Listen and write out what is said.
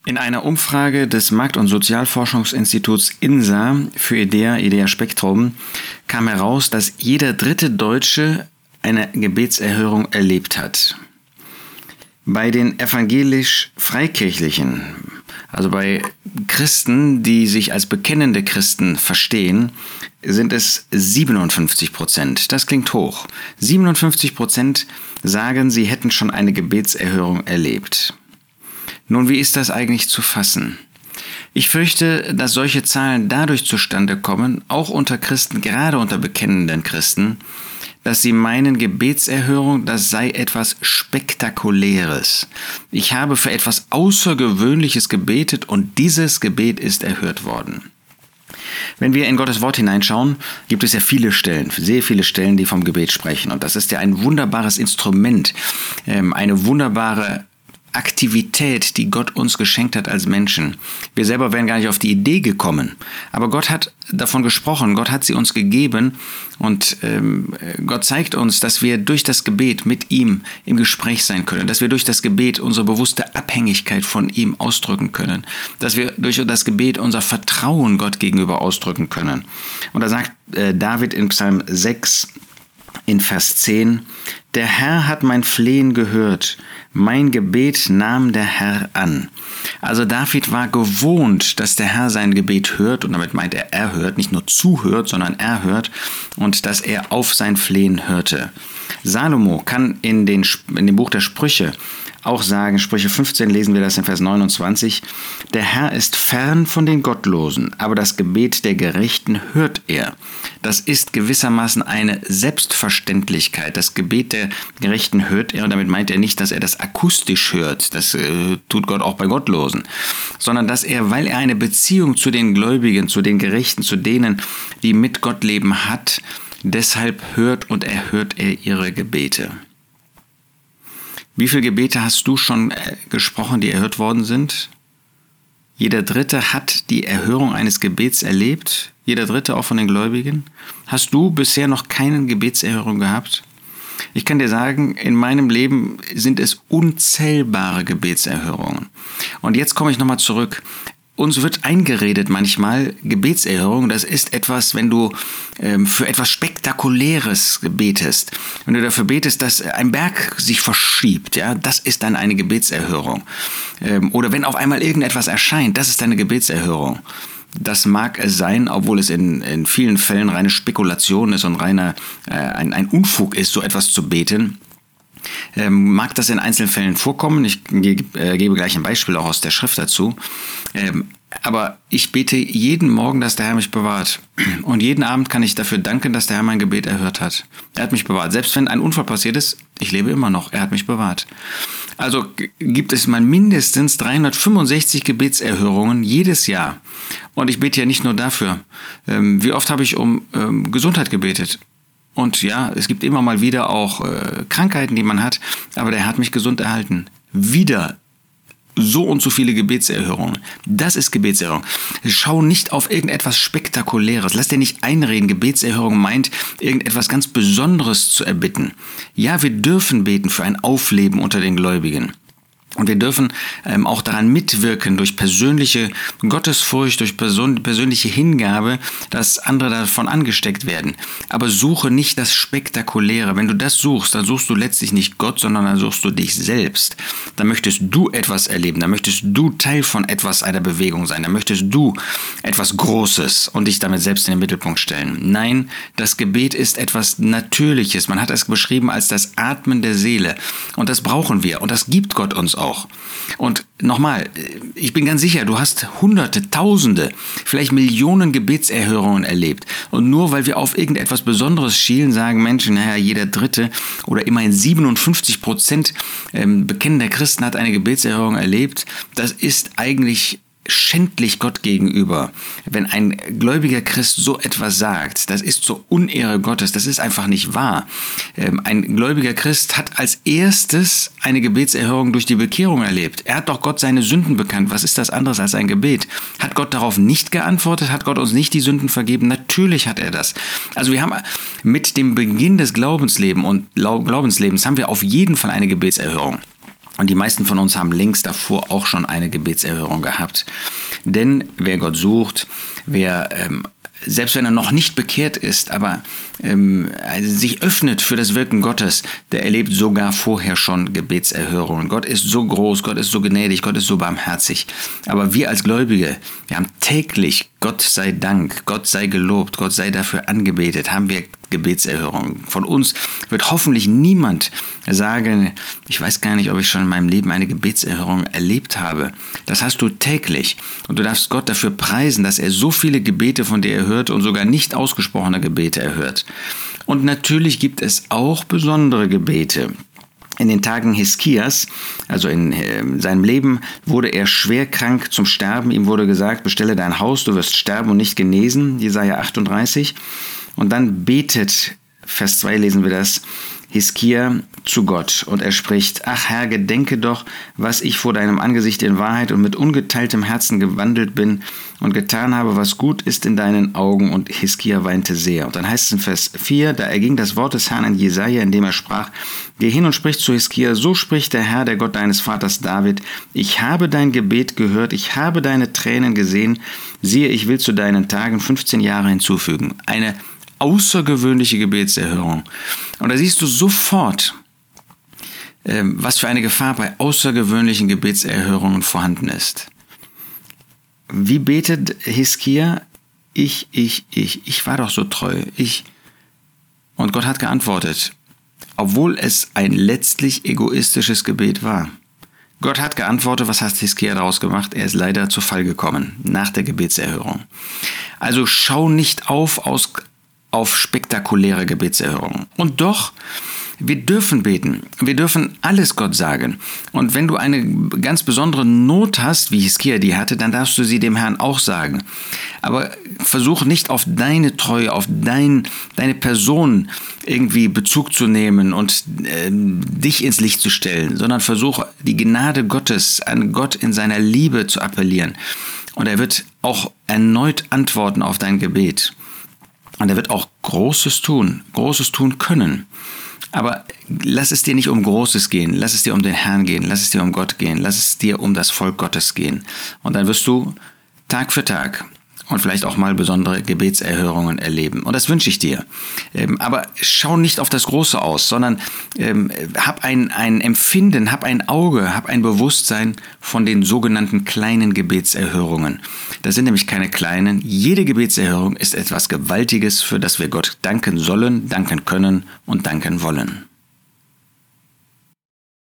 In einer Umfrage des Markt- und Sozialforschungsinstituts INSA für IDEA Spektrum kam heraus, dass jeder dritte Deutsche eine Gebetserhörung erlebt hat. Bei den evangelisch-freikirchlichen, also bei Christen, die sich als bekennende Christen verstehen, sind es 57%. Das klingt hoch. 57% sagen, sie hätten schon eine Gebetserhörung erlebt. Nun, wie ist das eigentlich zu fassen? Ich fürchte, dass solche Zahlen dadurch zustande kommen, auch unter Christen, gerade unter bekennenden Christen, dass sie meinen, Gebetserhörung, das sei etwas Spektakuläres. Ich habe für etwas Außergewöhnliches gebetet und dieses Gebet ist erhört worden. Wenn wir in Gottes Wort hineinschauen, gibt es ja viele Stellen, sehr viele Stellen, die vom Gebet sprechen. Und das ist ja ein wunderbares Instrument, eine wunderbare Aktivität, die Gott uns geschenkt hat als Menschen. Wir selber wären gar nicht auf die Idee gekommen. Aber Gott hat davon gesprochen, Gott hat sie uns gegeben und Gott zeigt uns, dass wir durch das Gebet mit ihm im Gespräch sein können, dass wir durch das Gebet unsere bewusste Abhängigkeit von ihm ausdrücken können, dass wir durch das Gebet unser Vertrauen Gott gegenüber ausdrücken können. Und da sagt David in Psalm 6 in Vers 10, der Herr hat mein Flehen gehört, mein Gebet nahm der Herr an. Also David war gewohnt, dass der Herr sein Gebet hört, und damit meint er hört, nicht nur zuhört, sondern er hört, und dass er auf sein Flehen hörte. Salomo kann in dem Buch der Sprüche auch sagen, Sprüche 15 lesen wir das in Vers 29, der Herr ist fern von den Gottlosen, aber das Gebet der Gerechten hört er. Das ist gewissermaßen eine Selbstverständlichkeit. Das Gebet der Gerechten hört er, und damit meint er nicht, dass er das akustisch hört, das tut Gott auch bei Gottlosen, sondern dass er, weil er eine Beziehung zu den Gläubigen, zu den Gerechten, zu denen, die mit Gott leben, hat, deshalb hört und erhört er ihre Gebete. Wie viele Gebete hast du schon gesprochen, die erhört worden sind? Jeder Dritte hat die Erhörung eines Gebets erlebt. Jeder Dritte auch von den Gläubigen. Hast du bisher noch keine Gebetserhörung gehabt? Ich kann dir sagen, in meinem Leben sind es unzählbare Gebetserhörungen. Und jetzt komme ich nochmal zurück. Uns wird eingeredet manchmal, Gebetserhörung, das ist etwas, wenn du für etwas Spektakuläres betest. Wenn du dafür betest, dass ein Berg sich verschiebt, ja, das ist dann eine Gebetserhörung. Oder wenn auf einmal irgendetwas erscheint, das ist eine Gebetserhörung. Das mag es sein, obwohl es in vielen Fällen reine Spekulation ist und ein Unfug ist, so etwas zu beten. Mag das in einzelnen Fällen vorkommen? Ich gebe gleich ein Beispiel auch aus der Schrift dazu. Aber ich bete jeden Morgen, dass der Herr mich bewahrt. Und jeden Abend kann ich dafür danken, dass der Herr mein Gebet erhört hat. Er hat mich bewahrt. Selbst wenn ein Unfall passiert ist, ich lebe immer noch. Er hat mich bewahrt. Also gibt es mal mindestens 365 Gebetserhörungen jedes Jahr. Und ich bete ja nicht nur dafür. Wie oft habe ich um Gesundheit gebetet? Und ja, es gibt immer mal wieder auch Krankheiten, die man hat, aber der hat mich gesund erhalten. Wieder so und so viele Gebetserhörungen. Das ist Gebetserhörung. Schau nicht auf irgendetwas Spektakuläres. Lass dir nicht einreden, Gebetserhörung meint, irgendetwas ganz Besonderes zu erbitten. Ja, wir dürfen beten für ein Aufleben unter den Gläubigen. Und wir dürfen auch daran mitwirken durch persönliche Gottesfurcht, durch persönliche Hingabe, dass andere davon angesteckt werden. Aber suche nicht das Spektakuläre. Wenn du das suchst, dann suchst du letztlich nicht Gott, sondern dann suchst du dich selbst. Dann möchtest du etwas erleben, dann möchtest du Teil von etwas, einer Bewegung sein, dann möchtest du etwas Großes und dich damit selbst in den Mittelpunkt stellen. Nein, das Gebet ist etwas Natürliches. Man hat es beschrieben als das Atmen der Seele. Und das brauchen wir und das gibt Gott uns auch. Und nochmal, ich bin ganz sicher, du hast Hunderte, Tausende, vielleicht Millionen Gebetserhörungen erlebt. Und nur weil wir auf irgendetwas Besonderes schielen, sagen Menschen, naja, jeder Dritte oder immerhin 57% bekennender Christen hat eine Gebetserhörung erlebt. Das ist eigentlich schändlich Gott gegenüber. Wenn ein gläubiger Christ so etwas sagt, das ist zur Unehre Gottes, das ist einfach nicht wahr. Ein gläubiger Christ hat als erstes eine Gebetserhörung durch die Bekehrung erlebt. Er hat doch Gott seine Sünden bekannt. Was ist das anderes als ein Gebet? Hat Gott darauf nicht geantwortet? Hat Gott uns nicht die Sünden vergeben? Natürlich hat er das. Also wir haben mit dem Beginn des Glaubenslebens haben wir auf jeden Fall eine Gebetserhörung. Und die meisten von uns haben längst davor auch schon eine Gebetserhörung gehabt. Denn wer Gott sucht, wer selbst wenn er noch nicht bekehrt ist, aber sich öffnet für das Wirken Gottes, der erlebt sogar vorher schon Gebetserhörungen. Gott ist so groß, Gott ist so gnädig, Gott ist so barmherzig. Aber wir als Gläubige, wir haben täglich, Gott sei Dank, Gott sei gelobt, Gott sei dafür angebetet, haben wir Gebetserhörungen. Von uns wird hoffentlich niemand sagen, ich weiß gar nicht, ob ich schon in meinem Leben eine Gebetserhörung erlebt habe. Das hast du täglich. Und du darfst Gott dafür preisen, dass er so viele Gebete von dir erhört und sogar nicht ausgesprochene Gebete erhört. Und natürlich gibt es auch besondere Gebete. In den Tagen Hiskias, also in seinem Leben, wurde er schwer krank zum Sterben. Ihm wurde gesagt, bestelle dein Haus, du wirst sterben und nicht genesen. Jesaja 38. Und dann betet, Vers 2 lesen wir das, Hiskia zu Gott. Und er spricht, ach Herr, gedenke doch, was ich vor deinem Angesicht in Wahrheit und mit ungeteiltem Herzen gewandelt bin und getan habe, was gut ist in deinen Augen. Und Hiskia weinte sehr. Und dann heißt es in Vers 4, da erging das Wort des Herrn an Jesaja, indem er sprach, geh hin und sprich zu Hiskia, so spricht der Herr, der Gott deines Vaters David, ich habe dein Gebet gehört, ich habe deine Tränen gesehen, siehe, ich will zu deinen Tagen 15 Jahre hinzufügen. Eine außergewöhnliche Gebetserhörung. Und da siehst du sofort, was für eine Gefahr bei außergewöhnlichen Gebetserhörungen vorhanden ist. Wie betet Hiskia? Ich war doch so treu. Und Gott hat geantwortet, obwohl es ein letztlich egoistisches Gebet war. Gott hat geantwortet, was hat Hiskia daraus gemacht? Er ist leider zu Fall gekommen, nach der Gebetserhörung. Also schau nicht auf spektakuläre Gebetserhörungen. Und doch, wir dürfen beten. Wir dürfen alles Gott sagen. Und wenn du eine ganz besondere Not hast, wie Hiskia die hatte, dann darfst du sie dem Herrn auch sagen. Aber versuch nicht auf deine Treue, auf deine Person irgendwie Bezug zu nehmen und dich ins Licht zu stellen, sondern versuch die Gnade Gottes, an Gott in seiner Liebe zu appellieren. Und er wird auch erneut antworten auf dein Gebet. Und er wird auch Großes tun können. Aber lass es dir nicht um Großes gehen, lass es dir um den Herrn gehen, lass es dir um Gott gehen, lass es dir um das Volk Gottes gehen. Und dann wirst du Tag für Tag und vielleicht auch mal besondere Gebetserhörungen erleben. Und das wünsche ich dir. Aber schau nicht auf das Große aus, sondern hab ein Empfinden, hab ein Auge, hab ein Bewusstsein von den sogenannten kleinen Gebetserhörungen. Das sind nämlich keine kleinen. Jede Gebetserhörung ist etwas Gewaltiges, für das wir Gott danken sollen, danken können und danken wollen.